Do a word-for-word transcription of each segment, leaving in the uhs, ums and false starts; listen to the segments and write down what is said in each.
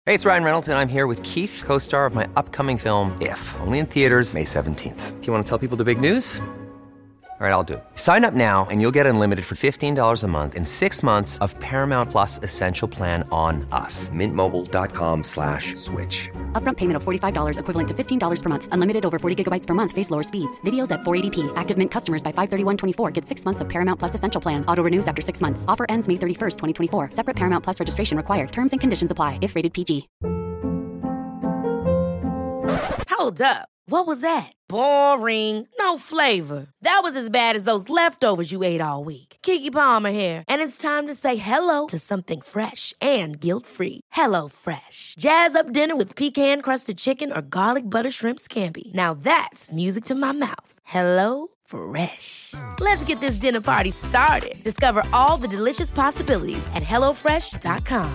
Hey, it's Ryan Reynolds, and I'm here with Keith, co-star of my upcoming film, If, only in theaters May seventeenth. Do you want to tell people the big news? All right, I'll do it. Sign up now and you'll get unlimited for fifteen dollars a month and six months of Paramount Plus Essential Plan on us. Mint Mobile dot com slash switch. Upfront payment of forty-five dollars equivalent to fifteen dollars per month. Unlimited over forty gigabytes per month. Face lower speeds. Videos at four eighty p. Active Mint customers by five thirty-one twenty-four get six months of Paramount Plus Essential Plan. Auto renews after six months. Offer ends May thirty-first, twenty twenty-four. Separate Paramount Plus registration required. Terms and conditions apply if rated P G. Hold up. What was that? Boring. No flavor. That was as bad as those leftovers you ate all week. Keke Palmer here, and it's time to say hello to something fresh and guilt-free. Hello Fresh. Jazz up dinner with pecan-crusted chicken or garlic butter shrimp scampi. Now that's music to my mouth. Hello Fresh. Let's get this dinner party started. Discover all the delicious possibilities at hello fresh dot com.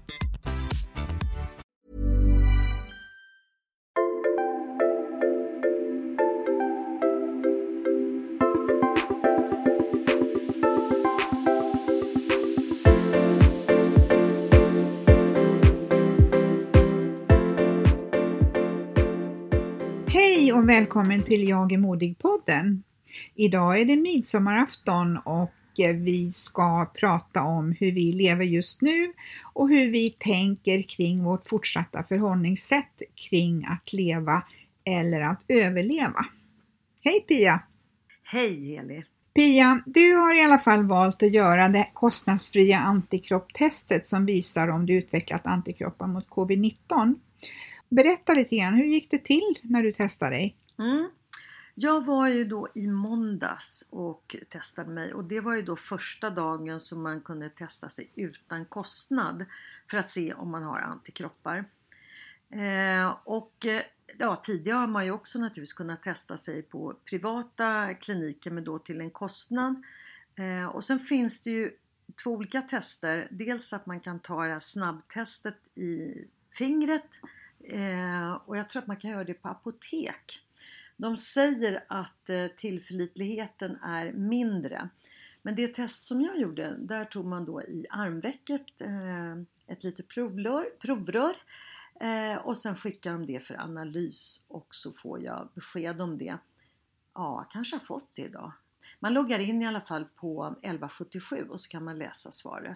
Hej och välkommen till Jag är modig-podden. Idag är det midsommarafton och vi ska prata om hur vi lever just nu och hur vi tänker kring vårt fortsatta förhållningssätt kring att leva eller att överleva. Hej Pia! Hej Heli! Pia, du har i alla fall valt att göra det kostnadsfria antikropptestet som visar om du utvecklat antikroppar mot covid nitton. Berätta lite grann, hur gick det till när du testade dig? Mm. Jag var ju då i måndags och testade mig, och det var ju då första dagen som man kunde testa sig utan kostnad för att se om man har antikroppar. Eh, och ja, tidigare har man ju också naturligtvis kunnat testa sig på privata kliniker men då till en kostnad. Eh, och sen finns det ju två olika tester, dels att man kan ta det här snabbtestet i fingret. Eh, och jag tror att man kan göra det på apotek. De säger att eh, tillförlitligheten är mindre. Men det test som jag gjorde, där tog man då i armvecket eh, ett litet provrör, provrör eh, och sen skickar de det för analys och så får jag besked om det. Ja, kanske har fått det idag. Man loggar in i alla fall på elva sjuttiosju och så kan man läsa svaret.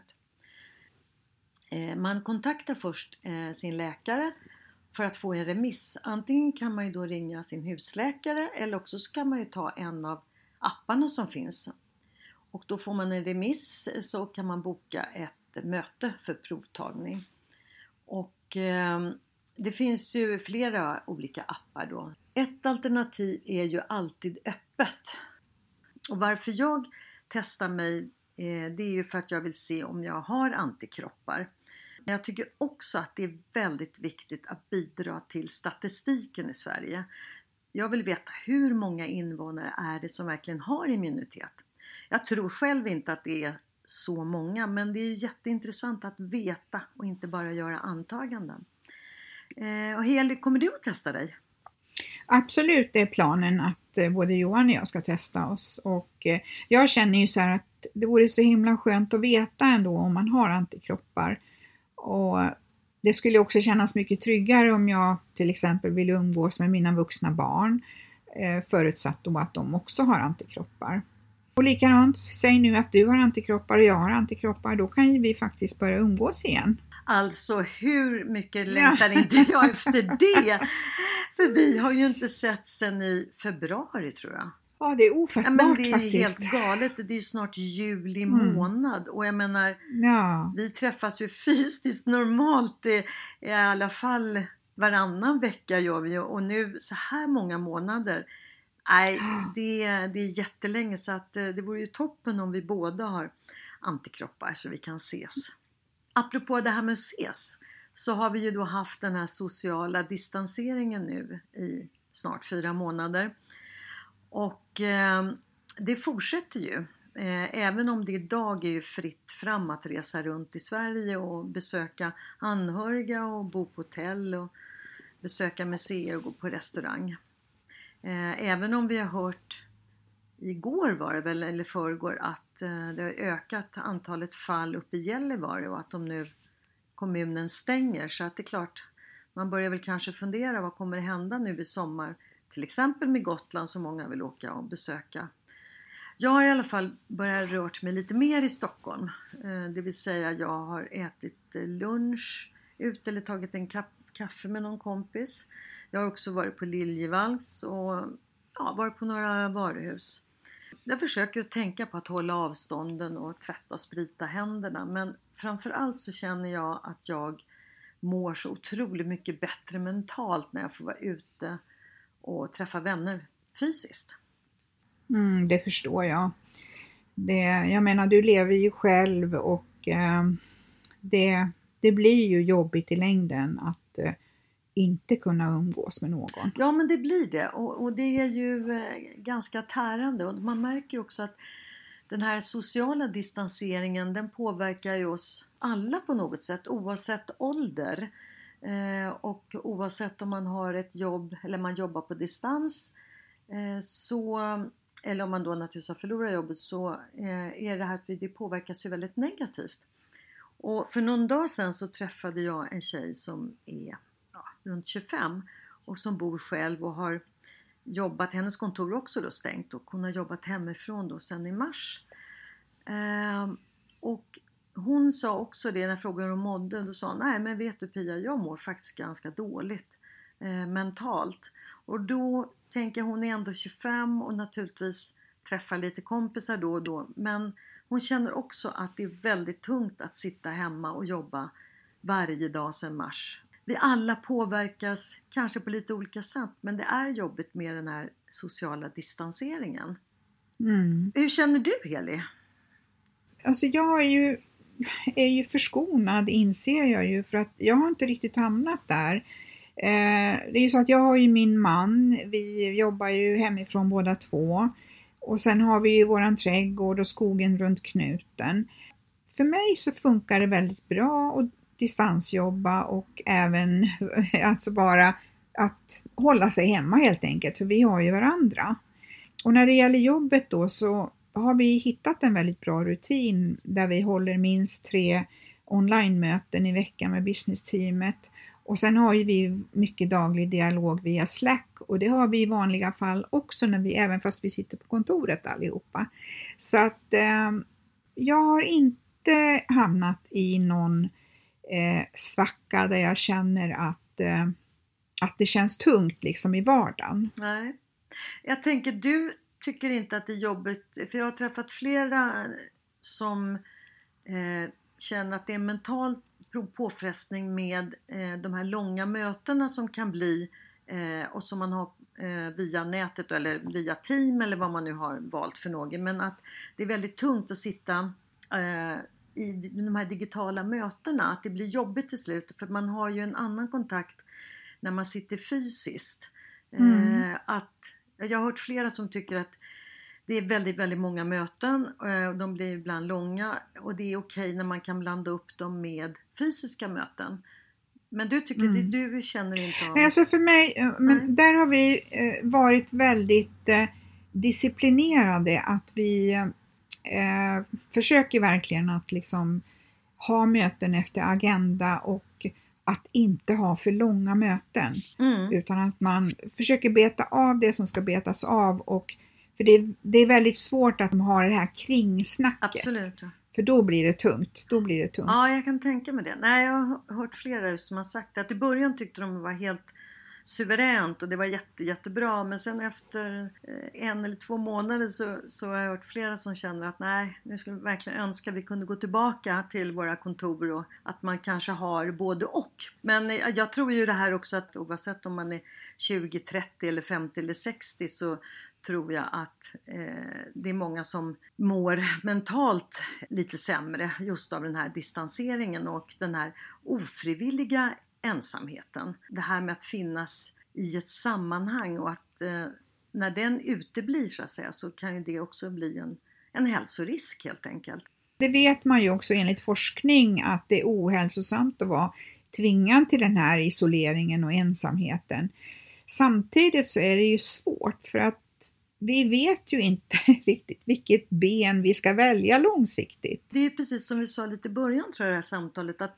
Eh, man kontaktar först eh, sin läkare för att få en remiss. Antingen kan man ju då ringa sin husläkare eller också så kan man ju ta en av apparna som finns. Och då får man en remiss, så kan man boka ett möte för provtagning. Och eh, det finns ju flera olika appar då. Ett alternativ är ju alltid öppet. Och varför jag testar mig eh, det är ju för att jag vill se om jag har antikroppar. Jag tycker också att det är väldigt viktigt att bidra till statistiken i Sverige. Jag vill veta hur många invånare är det som verkligen har immunitet. Jag tror själv inte att det är så många, men det är jätteintressant att veta och inte bara göra antaganden. Eh, och Heli, kommer du att testa dig? Absolut, det är planen att både Johan och jag ska testa oss. Och jag känner ju så här att det vore så himla skönt att veta ändå om man har antikroppar. Och det skulle också kännas mycket tryggare om jag till exempel vill umgås med mina vuxna barn, förutsatt då att de också har antikroppar. Och likadant, säg nu att du har antikroppar och jag har antikroppar, då kan ju vi faktiskt börja umgås igen. Alltså hur mycket längtar inte jag efter det? För vi har ju inte sett sedan i februari tror jag. Ja, det är ofattbart ja, men det är faktiskt. helt galet. Det är ju snart juli mm. månad. Och jag menar, ja. vi träffas ju fysiskt normalt i, i alla fall varannan vecka gör vi. Och nu så här många månader. Nej, det, det är jättelänge, så att det vore ju toppen om vi båda har antikroppar så vi kan ses. Apropå det här med ses, så har vi ju då haft den här sociala distanseringen nu i snart fyra månader. Och eh, det fortsätter ju. Eh, även om det idag är ju fritt fram att resa runt i Sverige och besöka anhöriga och bo på hotell och besöka museer och gå på restaurang. Eh, även om vi har hört, igår var det väl, eller förrgår, att eh, det har ökat antalet fall uppe i Gällivare och att de nu kommunen stänger. Så att det är klart, man börjar väl kanske fundera vad kommer det hända nu i sommar. Till exempel med Gotland som många vill åka och besöka. Jag har i alla fall börjat rört mig lite mer i Stockholm. Det vill säga jag har ätit lunch ute eller tagit en kaffe med någon kompis. Jag har också varit på Liljevalchs och ja, varit på några varuhus. Jag försöker tänka på att hålla avstånden och tvätta och sprita händerna. Men framförallt så känner jag att jag mår så otroligt mycket bättre mentalt när jag får vara ute och träffa vänner fysiskt. Mm, det förstår jag. Det, jag menar, du lever ju själv och eh, det, det blir ju jobbigt i längden att eh, inte kunna umgås med någon. Ja, men det blir det. Och, och det är ju eh, ganska tärande. Och man märker också att den här sociala distanseringen, den påverkar ju oss alla på något sätt, oavsett ålder. Eh, och oavsett om man har ett jobb eller man jobbar på distans, eh, så, eller om man då naturligtvis har förlorat jobbet, så eh, är det här att vi, det påverkas ju väldigt negativt. Och för någon dag sedan så träffade jag en tjej som är ja, runt tjugofem och som bor själv och har jobbat, hennes kontor också då stängt och hon har jobbat hemifrån då sedan i mars. Eh, och hon sa också det när jag frågade om mådde, då sa hon, nej men vet du Pia, jag mår faktiskt ganska dåligt eh, mentalt. Och då tänker jag, hon är ändå tjugofem och naturligtvis träffar lite kompisar då och då. Men hon känner också att det är väldigt tungt att sitta hemma och jobba varje dag sedan mars. Vi alla påverkas kanske på lite olika sätt, men det är jobbigt med den här sociala distanseringen. Mm. Hur känner du, Heli? Alltså jag är ju, är ju förskonad, inser jag ju, för att jag har inte riktigt hamnat där. Eh, det är ju så att jag har ju min man, vi jobbar ju hemifrån båda två. Och sen har vi ju våran trädgård och skogen runt knuten. För mig så funkar det väldigt bra att distansjobba och även alltså bara att hålla sig hemma helt enkelt, för vi har ju varandra. Och när det gäller jobbet då så har vi hittat en väldigt bra rutin där vi håller minst tre online-möten i veckan med business-teamet. Och sen har ju vi mycket daglig dialog via Slack, och det har vi i vanliga fall också när vi, även fast vi sitter på kontoret allihopa. Så att eh, jag har inte hamnat i någon eh, svacka där jag känner att, eh, att det känns tungt liksom i vardagen. Nej, jag tänker du tycker inte att det är jobbigt, för jag har träffat flera som eh, känner att det är mentalt påfrestning med eh, de här långa mötena som kan bli eh, och som man har eh, via nätet eller via team eller vad man nu har valt för något, men att det är väldigt tungt att sitta eh, i de här digitala mötena, att det blir jobbigt till slut, för man har ju en annan kontakt när man sitter fysiskt. Mm. Eh, att, jag har hört flera som tycker att det är väldigt, väldigt många möten och de blir ibland långa, och det är okej när man kan blanda upp dem med fysiska möten. Men du tycker mm. det, du känner inte av... Nej, alltså för mig, men Nej. där har vi varit väldigt eh, disciplinerade, att vi eh, försöker verkligen att liksom ha möten efter agenda och att inte ha för långa möten. Mm. Utan att man försöker beta av det som ska betas av, och för det är, det är väldigt svårt att de har det här kringsnacket. Absolut. För då blir det tungt. Då blir det tungt. Ja, jag kan tänka mig det. Nej, jag har hört flera som har sagt att i början tyckte de var helt suveränt och det var jätte, jättebra. Men sen efter en eller två månader så, så har jag hört flera som känner att nej, nu skulle vi verkligen önska att vi kunde gå tillbaka till våra kontor och att man kanske har både och. Men jag tror ju det här också att oavsett om man är tjugo, trettio eller femtio eller sextio så tror jag att eh, det är många som mår mentalt lite sämre just av den här distanseringen och den här ofrivilliga ensamheten. Det här med att finnas i ett sammanhang, och att eh, när den uteblir så att säga, så kan ju det också bli en, en hälsorisk helt enkelt. Det vet man ju också enligt forskning att det är ohälsosamt att vara tvingad till den här isoleringen och ensamheten. Samtidigt så är det ju svårt, för att vi vet ju inte riktigt vilket ben vi ska välja långsiktigt. Det är ju precis som vi sa lite i början tror jag det här samtalet, att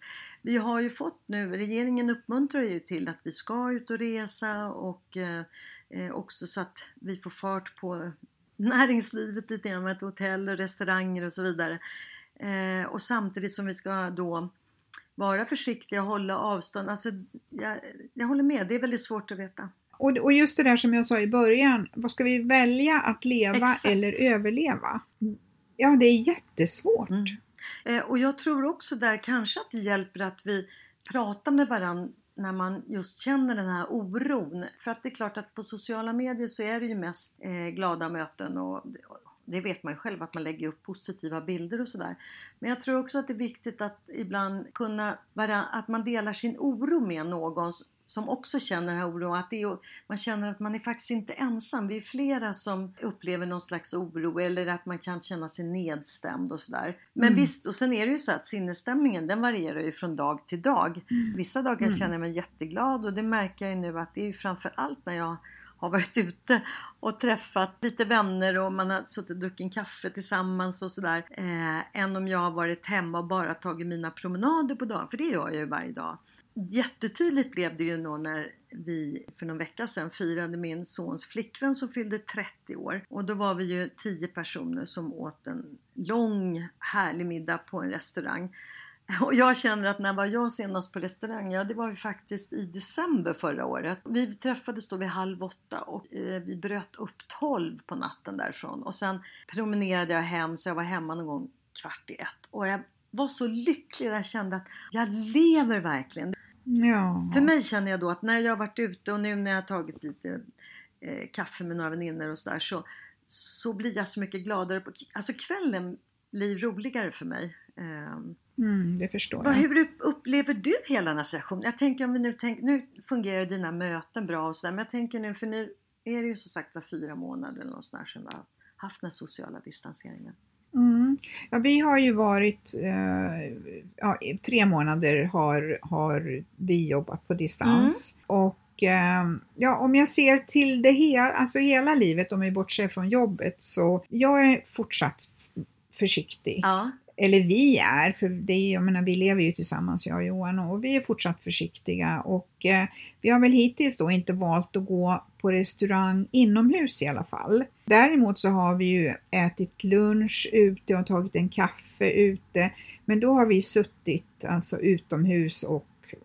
vi har ju fått nu, regeringen uppmuntrar ju till att vi ska ut och resa och eh, också så att vi får fart på näringslivet lite grann med hotell och restauranger och så vidare. Eh, och samtidigt som vi ska då vara försiktiga och hålla avstånd. Alltså jag, jag håller med, det är väldigt svårt att veta. Och, och just det där som jag sa i början, vad ska vi välja, att leva Exakt. Eller överleva? Ja, det är jättesvårt. Mm. Eh, och jag tror också där kanske att det hjälper att vi pratar med varandra när man just känner den här oron. För att det är klart att på sociala medier så är det ju mest eh, glada möten och det vet man ju själv att man lägger upp positiva bilder och sådär. Men jag tror också att det är viktigt att ibland kunna vara, att man delar sin oro med någon som också känner den här oron. Att det är, man känner att man är faktiskt inte ensam. Vi är flera som upplever någon slags oro eller att man kan känna sig nedstämd och sådär. Men mm. visst, och sen är det ju så att sinnesstämningen den varierar ju från dag till dag. Mm. Vissa dagar mm. känner jag mig jätteglad och det märker jag ju nu att det är ju framförallt när jag har varit ute och träffat lite vänner och man har suttit och druckit en kaffe tillsammans och sådär. Eh, än om jag har varit hemma och bara tagit mina promenader på dagen. För det gör jag ju varje dag. Jättetydligt blev det ju nog när vi för någon vecka sedan firade min sons flickvän som fyllde trettio år. Och då var vi ju tio personer som åt en lång härlig middag på en restaurang. Och jag känner att när var jag senast på restaurang? Ja, det var vi faktiskt i december förra året. Vi träffades då vid halv åtta och eh, vi bröt upp tolv på natten därifrån. Och sen promenerade jag hem så jag var hemma någon gång kvart i ett. Och jag var så lycklig, jag kände att jag lever verkligen. Ja. För mig känner jag då att när jag har varit ute och nu när jag har tagit lite eh, kaffe med några vänner och sådär så, så blir jag så mycket gladare. På, alltså kvällen blir roligare för mig. Eh, Mm, det förstår Vad, jag. hur upplever du hela den här sessionen? Jag tänker om vi nu tänker, nu fungerar dina möten bra och sådär. Men jag tänker nu, för nu är det ju så sagt var fyra månader eller något sådär sedan vi har haft den sociala distanseringen. Mm. Ja, vi har ju varit, eh, ja, tre månader har, har vi jobbat på distans. Mm. Och eh, ja, om jag ser till det hela, alltså hela livet, om vi bortser från jobbet, så jag är fortsatt försiktig. Ja. Eller vi är, för det är, jag menar, vi lever ju tillsammans, jag och Johan, och vi är fortsatt försiktiga. Och eh, vi har väl hittills då inte valt att gå på restaurang inomhus i alla fall. Däremot så har vi ju ätit lunch ute och tagit en kaffe ute. Men då har vi suttit alltså utomhus och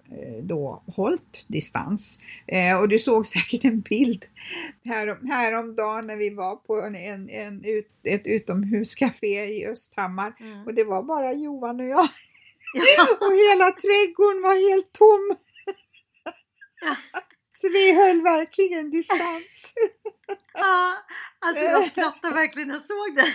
då hållit distans. Eh, och du såg säkert en bild härom, häromdagen när vi var på en, en, en ut, ett utomhuscafé i Östhammar. Mm. Och det var bara Johan och jag. Ja. Och hela trädgården var helt tom. Ja. Så vi höll verkligen distans. Ja, alltså jag skrattade verkligen när jag såg det.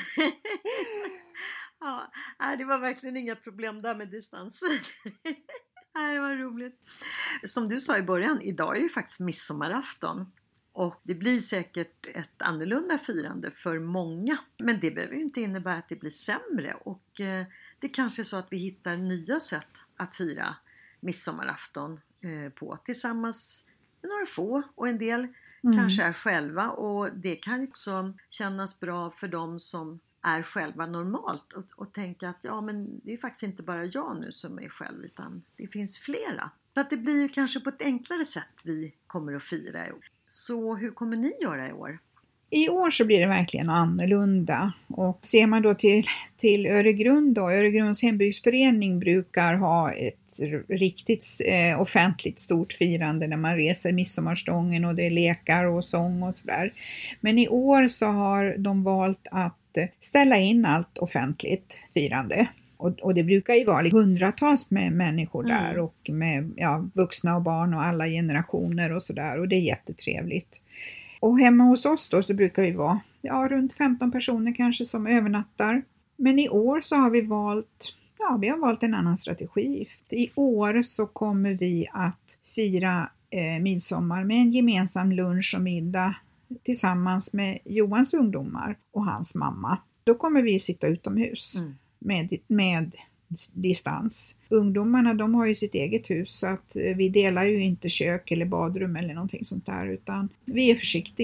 Ja, det var verkligen inga problem där med distans. Nej, det var roligt. Som du sa i början, idag är det ju faktiskt midsommarafton. Och det blir säkert ett annorlunda firande för många. Men det behöver ju inte innebära att det blir sämre. Och eh, det kanske är så att vi hittar nya sätt att fira midsommarafton eh, på. Tillsammans med några få och en del mm. kanske är själva. Och det kan ju också kännas bra för dem som är själva normalt och, och tänka att ja, men det är faktiskt inte bara jag nu som är själv utan det finns flera. Så att det blir ju kanske på ett enklare sätt vi kommer att fira i år. Så hur kommer ni göra i år? I år så blir det verkligen annorlunda. Och ser man då till, till Öregrund då, Öregrunds hembygdsförening brukar ha ett riktigt eh, offentligt stort firande när man reser midsommarstången och det är lekar och sång och sådär. Men i år så har de valt att ställa in allt offentligt firande. Och, och det brukar ju vara hundratals med människor där mm. och med ja, vuxna och barn och alla generationer och sådär. Och det är jättetrevligt. Och hemma hos oss då så brukar vi vara ja, runt femton personer kanske som övernattar. Men i år så har vi valt, ja, vi har valt en annan strategi. I år så kommer vi att fira eh, midsommar med en gemensam lunch och middag tillsammans med Johans ungdomar och hans mamma. Då kommer vi sitta utomhus mm. med, med distans. Ungdomarna de har ju sitt eget hus så att vi delar ju inte kök eller badrum eller någonting sånt där utan vi är försiktiga.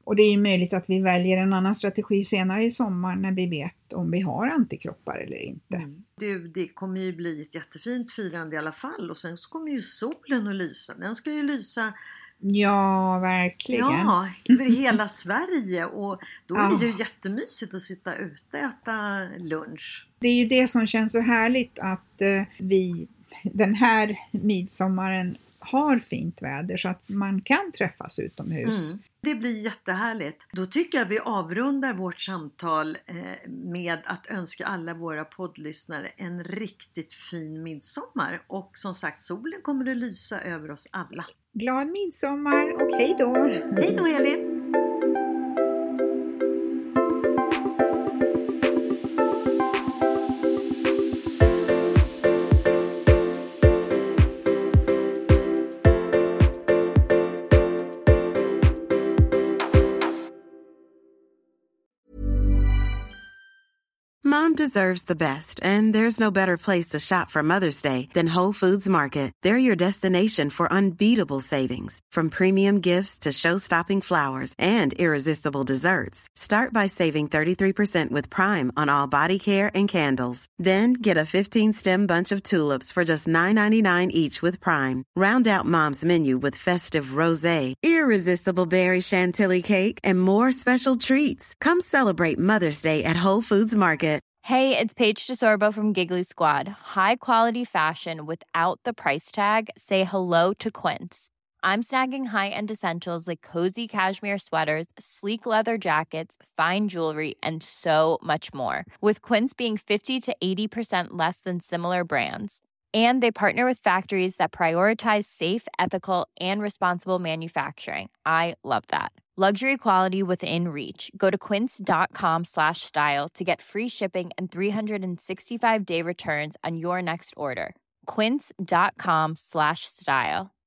Och det är ju möjligt att vi väljer en annan strategi senare i sommar när vi vet om vi har antikroppar eller inte. Mm. Du, det kommer ju bli ett jättefint firande i alla fall, och sen så kommer ju solen att lysa. Den ska ju lysa... Ja, verkligen. Ja, över hela Sverige, och då är det ju Ja. jättemysigt att sitta ute och äta lunch. Det är ju det som känns så härligt att eh, vi den här midsommaren har fint väder så att man kan träffas utomhus. Mm. Det blir jättehärligt. Då tycker jag vi avrundar vårt samtal eh, med att önska alla våra poddlyssnare en riktigt fin midsommar. Och som sagt, solen kommer att lysa över oss alla. Glad midsommar och hej då! Hej då, Elin! Mom deserves the best, and there's no better place to shop for Mother's Day than Whole Foods Market. They're your destination for unbeatable savings, from premium gifts to show-stopping flowers and irresistible desserts. Start by saving thirty-three percent with Prime on all body care and candles. Then get a fifteen-stem bunch of tulips for just nine ninety-nine each with Prime. Round out Mom's menu with festive rosé, irresistible berry chantilly cake, and more special treats. Come celebrate Mother's Day at Whole Foods Market. Hey, it's Paige DeSorbo from Giggly Squad. High quality fashion without the price tag. Say hello to Quince. I'm snagging high-end essentials like cozy cashmere sweaters, sleek leather jackets, fine jewelry, and so much more. With Quince being fifty to eighty percent less than similar brands. And they partner with factories that prioritize safe, ethical, and responsible manufacturing. I love that. Luxury quality within reach. Go to quince.com slash style to get free shipping and three sixty-five day returns on your next order. Quince.com slash style.